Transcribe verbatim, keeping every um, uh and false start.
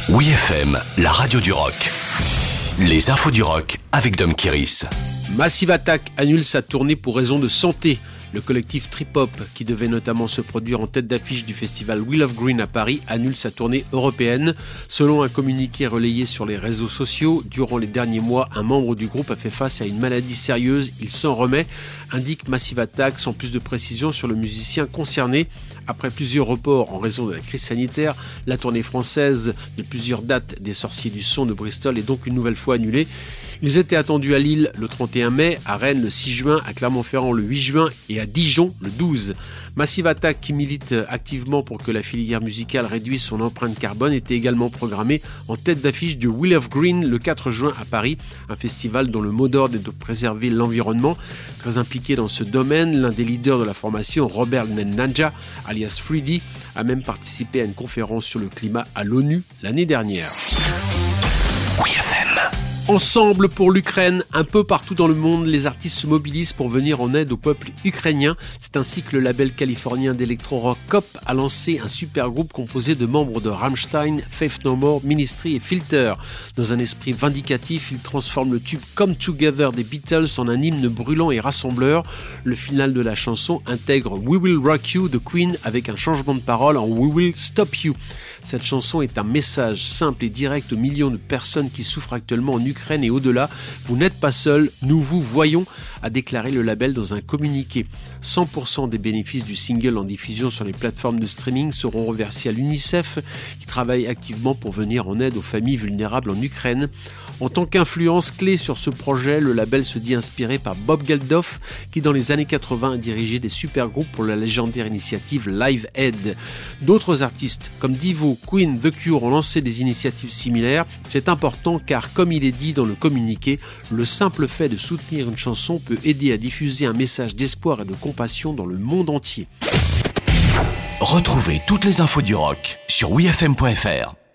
Oui F M, la radio du rock. Les infos du rock avec Dom Kiris. Massive Attack annule sa tournée pour raison de santé. Le collectif Trip-Hop, qui devait notamment se produire en tête d'affiche du festival Wheel of Green à Paris, annule sa tournée européenne. Selon un communiqué relayé sur les réseaux sociaux, durant les derniers mois, un membre du groupe a fait face à une maladie sérieuse. Il s'en remet, indique Massive Attack, sans plus de précision sur le musicien concerné. Après plusieurs reports en raison de la crise sanitaire, la tournée française de plusieurs dates des Sorciers du Son de Bristol est donc une nouvelle fois annulée. Ils étaient attendus à Lille le trente et un mai, à Rennes le six juin, à Clermont-Ferrand le huit juin et à Dijon le douze. Massive Attack, qui milite activement pour que la filière musicale réduise son empreinte carbone, était également programmée en tête d'affiche du Wheel of Green le quatre juin à Paris, un festival dont le mot d'ordre est de préserver l'environnement. Très impliqué dans ce domaine, l'un des leaders de la formation, Robert Nanja, alias Freddy, a même participé à une conférence sur le climat à l'ONU l'année dernière. Oui F M. Ensemble pour l'Ukraine, un peu partout dans le monde, les artistes se mobilisent pour venir en aide au peuple ukrainien. C'est ainsi que le label californien d'électro-rock C O P a lancé un super groupe composé de membres de Rammstein, Faith No More, Ministry et Filter. Dans un esprit vindicatif, ils transforment le tube Come Together des Beatles en un hymne brûlant et rassembleur. Le final de la chanson intègre We Will Rock You de Queen avec un changement de parole en We Will Stop You. Cette chanson est un message simple et direct aux millions de personnes qui souffrent actuellement en Ukraine et au-delà. Vous n'êtes pas seul, nous vous voyons, a déclaré le label dans un communiqué. cent pour cent des bénéfices du single en diffusion sur les plateformes de streaming seront reversés à l'UNICEF, qui travaille activement pour venir en aide aux familles vulnérables en Ukraine. En tant qu'influence clé sur ce projet, le label se dit inspiré par Bob Geldof, qui dans les années quatre-vingts a dirigé des supergroupes pour la légendaire initiative Live Aid. D'autres artistes comme Divo, Queen, The Cure ont lancé des initiatives similaires. C'est important car, comme il est dit dans le communiqué, le simple fait de soutenir une chanson peut aider à diffuser un message d'espoir et de compassion dans le monde entier. Retrouvez toutes les infos du rock sur oui f m point f r.